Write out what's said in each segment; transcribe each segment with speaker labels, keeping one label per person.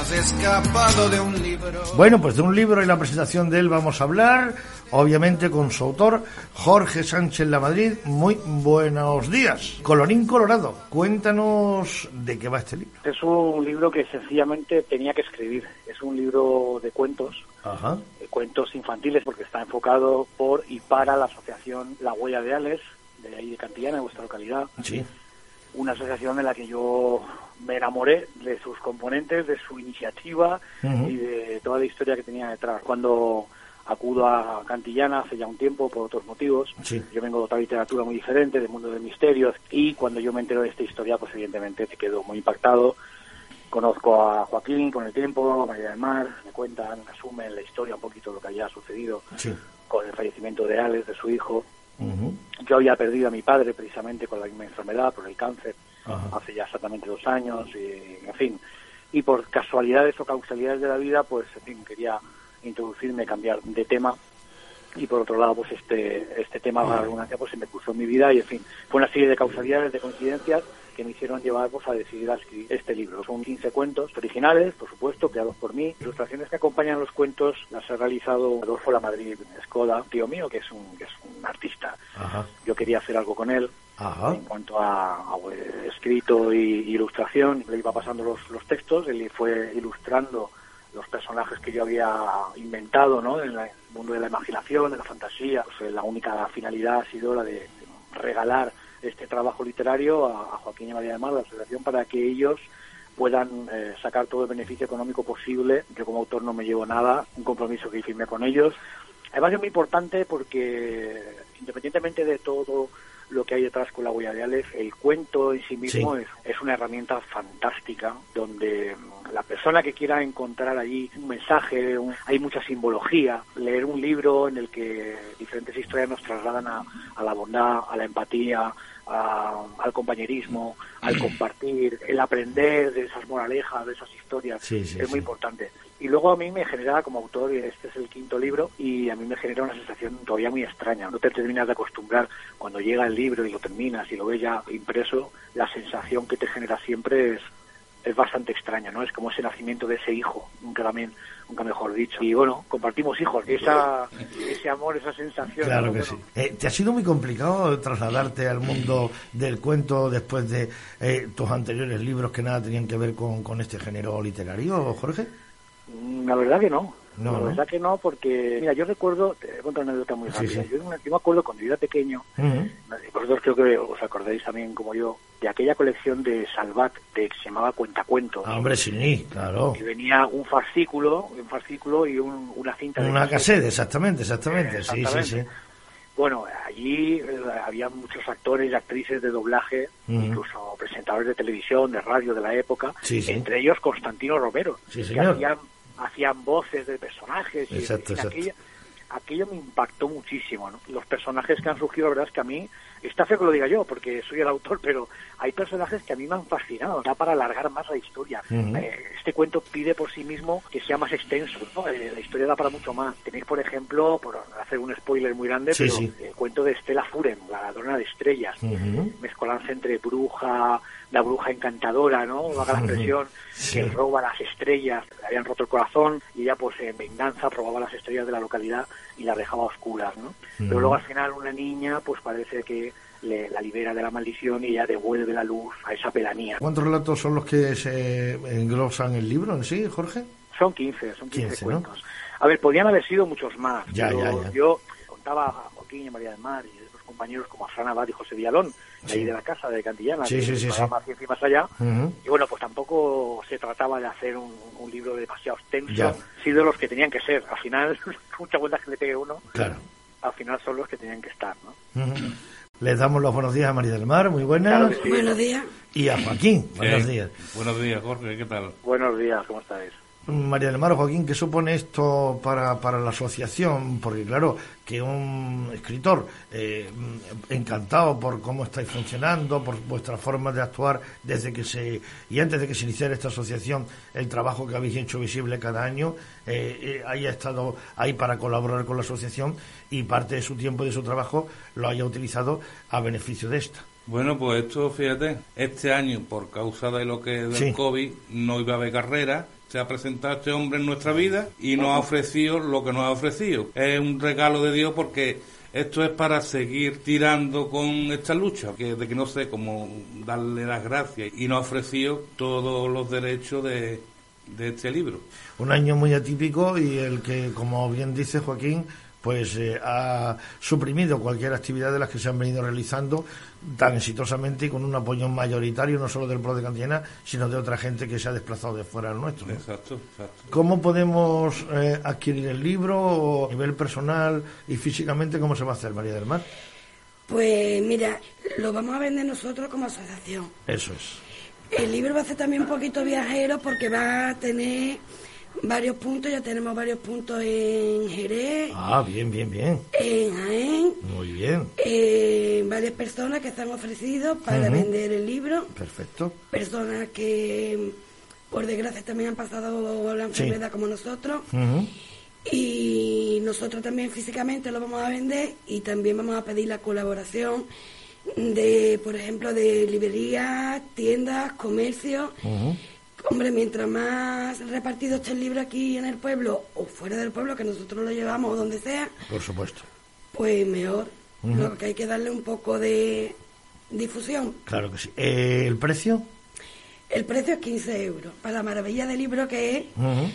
Speaker 1: has escapado de un libro.
Speaker 2: Bueno, pues de un libro y la presentación de él vamos a hablar, obviamente con su autor, Jorge Sánchez Lamadrid. Muy buenos días. Colorín colorado, cuéntanos de qué va este libro.
Speaker 3: Es un libro que sencillamente tenía que escribir. Es un libro de cuentos.
Speaker 2: Ajá.
Speaker 3: Cuentos infantiles, porque está enfocado por y para la asociación La Huella de Ales, de ahí de Cantillana, de vuestra localidad.
Speaker 2: Sí.
Speaker 3: Una asociación en la que yo me enamoré de sus componentes, de su iniciativa y de toda la historia que tenía detrás. Cuando acudo a Cantillana hace ya un tiempo, por otros motivos, yo vengo de otra literatura muy diferente, del mundo del misterio, y cuando yo me entero de esta historia, pues evidentemente me quedo muy impactado. Conozco a Joaquín con el tiempo, a María del Mar, me cuentan, asumen la historia un poquito de lo que había sucedido con el fallecimiento de Alex, de su hijo. Yo había perdido a mi padre precisamente con la misma enfermedad, por el cáncer, hace ya exactamente 2 años, y en fin. Y por casualidades o causalidades de la vida, pues en fin, quería introducirme, cambiar de tema. Y por otro lado, pues este tema, por alguna pues se me cruzó en mi vida, y en fin, fue una serie de causalidades, de coincidencias, que me hicieron llevar pues, a decidir a escribir este libro. Son 15 cuentos originales, por supuesto, creados por mí. Ilustraciones que acompañan los cuentos las ha realizado Adolfo Lamadrid Escoda, tío mío, que es un artista. Yo quería hacer algo con él. En cuanto a escrito y ilustración, le iba pasando los textos, él fue ilustrando los personajes que yo había inventado, ¿no? En el mundo de la imaginación, de la fantasía. Pues, la única finalidad ha sido la de regalar este trabajo literario a Joaquín y María del Mar, de la asociación, para que ellos puedan sacar todo el beneficio económico posible. Yo como autor no me llevo nada, un compromiso que firmé con ellos. Además es muy importante porque, independientemente de todo lo que hay detrás con La Huella de Ales, el cuento en sí mismo es una herramienta fantástica, donde la persona que quiera encontrar allí un mensaje, hay mucha simbología. Leer un libro en el que diferentes historias nos trasladan a la bondad, a la empatía, al compañerismo, al compartir, el aprender de esas moralejas, de esas historias, es muy importante. Y luego a mí me genera, como autor, este es el 5º libro, y a mí me genera una sensación todavía muy extraña. No te terminas de acostumbrar. Cuando llega el libro y lo terminas y lo ves ya impreso, la sensación que te genera siempre es bastante extraña, ¿no? Es como ese nacimiento de ese hijo, nunca mejor dicho. Y bueno, compartimos hijos, ese amor, esa sensación.
Speaker 2: Claro, ¿no? Que
Speaker 3: bueno.
Speaker 2: Sí. ¿Te ha sido muy complicado trasladarte al mundo del cuento después de tus anteriores libros que nada tenían que ver con este género literario, Jorge?
Speaker 3: La verdad que no.
Speaker 2: La
Speaker 3: verdad que no, porque, mira, yo recuerdo, te voy a contar una anécdota muy rápida. Yo me acuerdo cuando yo era pequeño, vosotros creo que os acordáis también, como yo, de aquella colección de Salvat, que se llamaba Cuentacuentos.
Speaker 2: Hombre, sí, claro.
Speaker 3: Que venía un fascículo y una cinta de
Speaker 2: una casete, exactamente. Sí.
Speaker 3: Bueno, allí había muchos actores y actrices de doblaje, incluso presentadores de televisión, de radio de la época, entre ellos Constantino Romero, que hacían voces de personajes.
Speaker 2: Exacto.
Speaker 3: Aquello me impactó muchísimo, ¿no? Los personajes que han surgido, la verdad es que a mí, está feo que lo diga yo, porque soy el autor, pero hay personajes que a mí me han fascinado, ya para alargar más la historia. Este cuento pide por sí mismo que sea más extenso, ¿no? La historia da para mucho más. Tenéis, por ejemplo, por hacer un spoiler muy grande, pero el cuento de Estela Furen, la ladrona de estrellas, mezcolanza entre la bruja encantadora, ¿no? Haga la expresión, que roba las estrellas, le habían roto el corazón, y ella, pues, en venganza, robaba las estrellas de la localidad y las dejaba a oscuras, ¿no? Pero luego, al final, una niña, pues, parece que la libera de la maldición y ella devuelve la luz a esa pedanía.
Speaker 2: ¿Cuántos relatos son los que se englosan el libro en sí, Jorge?
Speaker 3: Son 15 cuentos.
Speaker 2: ¿No?
Speaker 3: A ver, podrían haber sido muchos más.
Speaker 2: Ya.
Speaker 3: Yo contaba a Joaquín y María del Mar y otros compañeros como a Fran Abad y José Villalón, de ahí de la casa de Cantillana, más y más allá. Y bueno, pues tampoco se trataba de hacer un libro demasiado extenso, sino de los que tenían que ser. Al final, muchas vueltas que le pegue uno, al final son los que tenían que estar, ¿no?
Speaker 2: Les damos los buenos días a María del Mar, muy buenas.
Speaker 3: Claro que sí.
Speaker 4: Buenos días.
Speaker 2: Y a Joaquín, buenos días.
Speaker 5: Buenos días, Jorge, ¿qué tal?
Speaker 3: Buenos días, ¿cómo estáis?
Speaker 2: María del Mar, Joaquín, ¿qué supone esto para la asociación? Porque claro, que un escritor encantado por cómo estáis funcionando, por vuestra forma de actuar y antes de que se iniciara esta asociación, el trabajo que habéis hecho visible cada año, haya estado ahí para colaborar con la asociación y parte de su tiempo y de su trabajo lo haya utilizado a beneficio de esta.
Speaker 5: Bueno, pues esto, fíjate, este año, por causa de lo que del
Speaker 2: Sí.
Speaker 5: COVID, no iba a haber carrera. Se ha presentado este hombre en nuestra vida y nos ha ofrecido lo que nos ha ofrecido. Es un regalo de Dios porque esto es para seguir tirando con esta lucha, de que no sé cómo darle las gracias. Y nos ha ofrecido todos los derechos de este libro.
Speaker 2: Un año muy atípico y el que, como bien dice Joaquín, pues ha suprimido cualquier actividad de las que se han venido realizando tan exitosamente y con un apoyo mayoritario no solo del Pro de Cantillana, sino de otra gente que se ha desplazado de fuera al nuestro, ¿no?
Speaker 5: Exacto.
Speaker 2: ¿Cómo podemos adquirir el libro o a nivel personal y físicamente cómo se va a hacer, María del Mar?
Speaker 4: Pues mira, lo vamos a vender nosotros como asociación.
Speaker 2: Eso es.
Speaker 4: El libro va a ser también un poquito viajero porque va a tener varios puntos. Ya tenemos varios puntos en Jerez,
Speaker 2: Ah, bien.
Speaker 4: en Jaén,
Speaker 2: Muy bien.
Speaker 4: varias personas que se han ofrecido para vender el libro,
Speaker 2: Perfecto.
Speaker 4: personas que por desgracia también han pasado la enfermedad como nosotros.
Speaker 2: Ujú.
Speaker 4: Y nosotros también físicamente lo vamos a vender y también vamos a pedir la colaboración de, por ejemplo, de librerías, tiendas, comercios.
Speaker 2: Ujú.
Speaker 4: Hombre, mientras más repartido esté el libro aquí en el pueblo o fuera del pueblo, que nosotros lo llevamos o donde sea,
Speaker 2: Por supuesto.
Speaker 4: pues mejor. Lo que hay que darle un poco de difusión.
Speaker 2: Claro que sí. ¿El precio?
Speaker 4: El precio es 15 euros. Para la maravilla del libro que es,
Speaker 2: Ujú.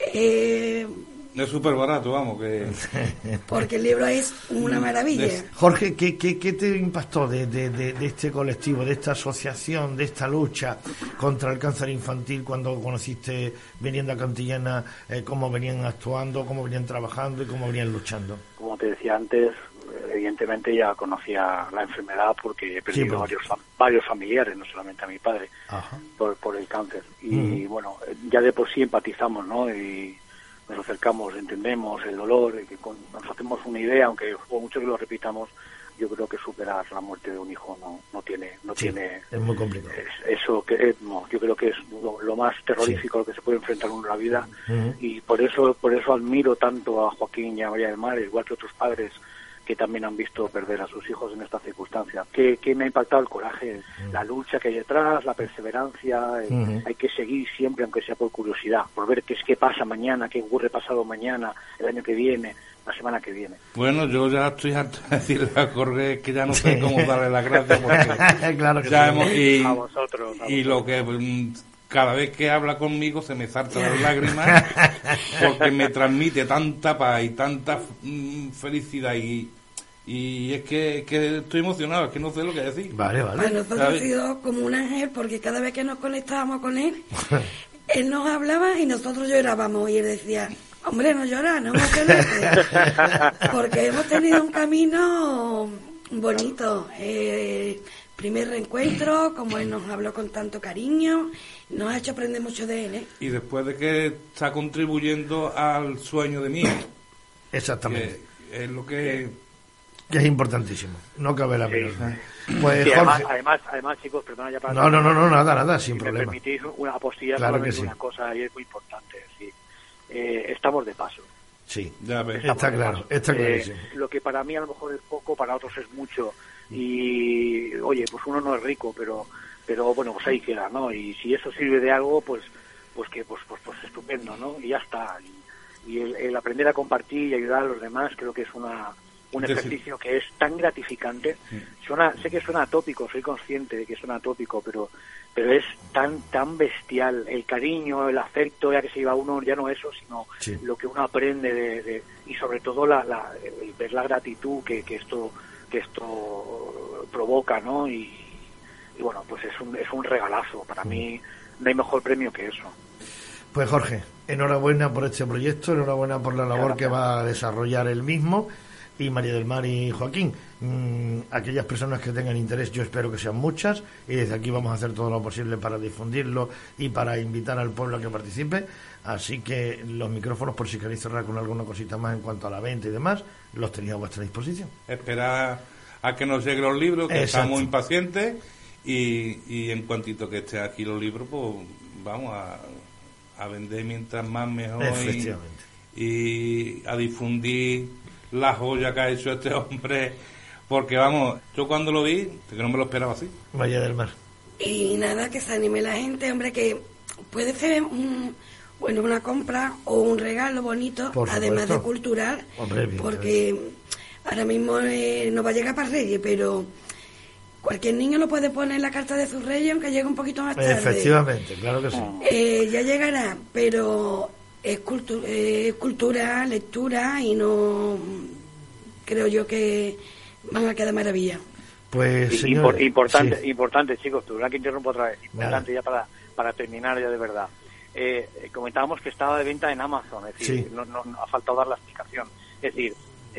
Speaker 5: Es súper barato, vamos, que...
Speaker 4: porque el libro es una maravilla.
Speaker 2: Jorge, ¿qué te impactó de este colectivo, de esta asociación, de esta lucha contra el cáncer infantil cuando conociste, viniendo a Cantillana, cómo venían actuando, cómo venían trabajando y cómo venían luchando?
Speaker 3: Como te decía antes, evidentemente ya conocía la enfermedad porque he perdido varios familiares, no solamente a mi padre,
Speaker 2: Ajá.
Speaker 3: por el cáncer. Y bueno, ya de por sí empatizamos, ¿no? Y nos acercamos, entendemos el dolor, y que nos hacemos una idea, aunque por mucho que lo repitamos, yo creo que superar la muerte de un hijo no tiene
Speaker 2: Es muy complicado.
Speaker 3: eso que no, yo creo que es lo más terrorífico que se puede enfrentar uno en la vida. Y por eso admiro tanto a Joaquín y a María del Mar, igual que otros padres que también han visto perder a sus hijos en esta circunstancia. Que me ha impactado el coraje, la lucha que hay detrás, la perseverancia. Hay que seguir siempre, aunque sea por curiosidad, por ver qué pasa mañana, qué ocurre pasado mañana, el año que viene, la semana que viene.
Speaker 5: Bueno, yo ya estoy harto de decirle a Jorge que ya no sé cómo darle las gracias porque
Speaker 2: Claro que
Speaker 5: ya
Speaker 2: sí.
Speaker 5: hemos...
Speaker 3: A vosotros.
Speaker 5: Y lo que... cada vez que habla conmigo se me saltan las lágrimas porque me transmite tanta paz y tanta felicidad y es que estoy emocionado, es que no sé lo que decir.
Speaker 2: Vale.
Speaker 4: Para nosotros ha sido como un ángel porque cada vez que nos conectábamos con él, él nos hablaba y nosotros llorábamos y él decía, hombre, no llora, no emocionate, porque hemos tenido un camino bonito. Primer reencuentro, como él nos habló con tanto cariño, nos ha hecho aprender mucho de él, ¿eh?
Speaker 5: Y después de que está contribuyendo al sueño de mi hijo.
Speaker 2: Exactamente.
Speaker 5: Que es lo que
Speaker 2: es importantísimo, no cabe la menor. Pues
Speaker 3: Sí,
Speaker 2: Jorge...
Speaker 3: además, chicos, perdona ya para...
Speaker 2: No, nada, sin
Speaker 3: si
Speaker 2: problema.
Speaker 3: me permitís una apostilla,
Speaker 2: Claro
Speaker 3: solamente
Speaker 2: que sí.
Speaker 3: una cosa y es muy importante. Sí. Estamos de paso.
Speaker 2: Sí,
Speaker 5: ya ves.
Speaker 2: está claro, está clarísimo.
Speaker 3: Lo que para mí a lo mejor es poco, para otros es mucho. Y, oye, pues uno no es rico, pero bueno, pues ahí queda, ¿no? Y si eso sirve de algo, pues estupendo, ¿no? Y ya está. Y el aprender a compartir y ayudar a los demás creo que es un ejercicio que es tan gratificante. Sé que suena atópico, soy consciente de que suena atópico, pero es tan bestial el cariño, el afecto, ya que se lleva uno, ya no eso, sino lo que uno aprende y sobre todo el ver la gratitud que esto provoca, ¿no? Y bueno, pues es un regalazo. Para mí no hay mejor premio que eso.
Speaker 2: Pues Jorge, enhorabuena por este proyecto, enhorabuena por la labor que va a desarrollar el mismo. Y María del Mar y Joaquín, aquellas personas que tengan interés, yo espero que sean muchas, y desde aquí vamos a hacer todo lo posible para difundirlo y para invitar al pueblo a que participe. Así que los micrófonos, por si queréis cerrar con alguna cosita más en cuanto a la venta y demás, los tenéis a vuestra disposición.
Speaker 5: Esperar a que nos lleguen los libros, que
Speaker 2: Exacto.
Speaker 5: estamos impacientes, y en cuantito que estén aquí los libros, pues vamos a vender mientras más mejor.
Speaker 2: Efectivamente.
Speaker 5: Y a difundir la joya que ha hecho este hombre porque vamos, yo cuando lo vi, que no me lo esperaba así.
Speaker 2: María del Mar.
Speaker 4: Y nada, que se anime la gente, hombre, que puede ser una compra o un regalo bonito, además de cultural,
Speaker 2: hombre,
Speaker 4: porque ahora mismo no va a llegar para Reyes, pero cualquier niño lo puede poner en la carta de sus Reyes, aunque llegue un poquito más tarde.
Speaker 2: Efectivamente, claro que sí.
Speaker 4: Ya llegará, pero es cultura, lectura, y no creo yo que van a quedar maravilla.
Speaker 2: Pues
Speaker 3: importante, chicos, tuve que interrumpo otra vez. Importante ya para terminar ya de verdad. Comentábamos que estaba de venta en Amazon, es decir, no ha faltado dar la explicación. Es decir,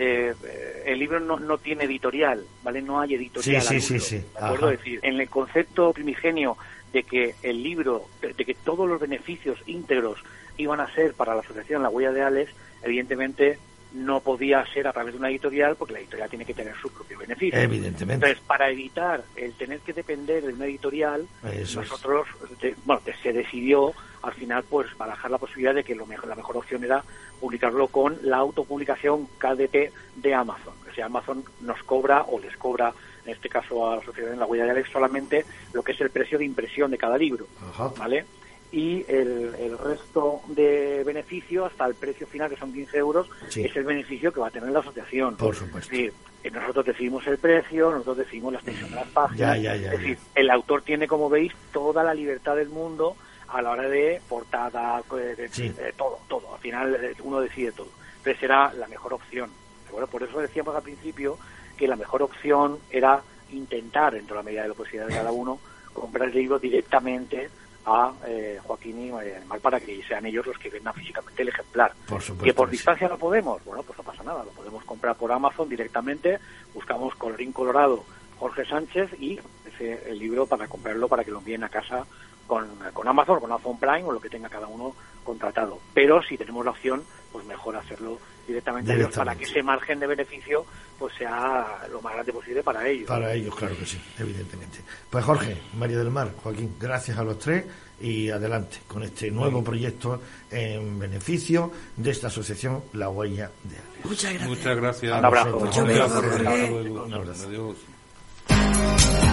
Speaker 3: el libro no tiene editorial, ¿vale? No hay editorial.
Speaker 2: Sí.
Speaker 3: ¿De acuerdo? Es decir, en el concepto primigenio de que el libro, de que todos los beneficios íntegros iban a ser para la asociación La Huella de Alex, evidentemente no podía ser a través de una editorial, porque la editorial tiene que tener su propio beneficio.
Speaker 2: Evidentemente.
Speaker 3: Entonces, para evitar el tener que depender de una editorial, nosotros, se decidió al final pues barajar la posibilidad de que la mejor opción era publicarlo con la autopublicación KDP de Amazon. O sea, Amazon nos cobra o les cobra, en este caso a la asociación La Huella de Alex, solamente lo que es el precio de impresión de cada libro, ¿vale? Y el resto de beneficio, hasta el precio final, que son 15 euros, es el beneficio que va a tener la asociación.
Speaker 2: Por supuesto.
Speaker 3: Es decir, nosotros decidimos el precio, nosotros decidimos la extensión de las páginas. Es decir, el autor tiene, como veis, toda la libertad del mundo a la hora de portada, todo. Al final uno decide todo. Entonces será la mejor opción. Bueno, por eso decíamos al principio que la mejor opción era intentar, dentro de la medida de la posibilidad de cada uno, comprar el libro directamente a Joaquín y María del Mar, para que sean ellos los que vendan físicamente el ejemplar.
Speaker 2: Por supuesto,
Speaker 3: que por distancia no podemos, bueno, pues no pasa nada, lo podemos comprar por Amazon directamente, buscamos colorín colorado Jorge Sánchez y el libro para comprarlo, para que lo envíen a casa con Amazon, con Amazon Prime o lo que tenga cada uno contratado. Pero si tenemos la opción, pues mejor hacerlo directamente a ellos, para que ese margen de beneficio pues sea lo más grande posible para ellos.
Speaker 2: Para ellos, claro que sí, evidentemente. Pues Jorge, María del Mar, Joaquín, gracias a los tres y adelante con este nuevo proyecto en beneficio de esta asociación La Huella de Alex.
Speaker 4: Muchas gracias.
Speaker 5: Muchas gracias.
Speaker 3: Un abrazo.
Speaker 2: Un abrazo.
Speaker 5: Adiós.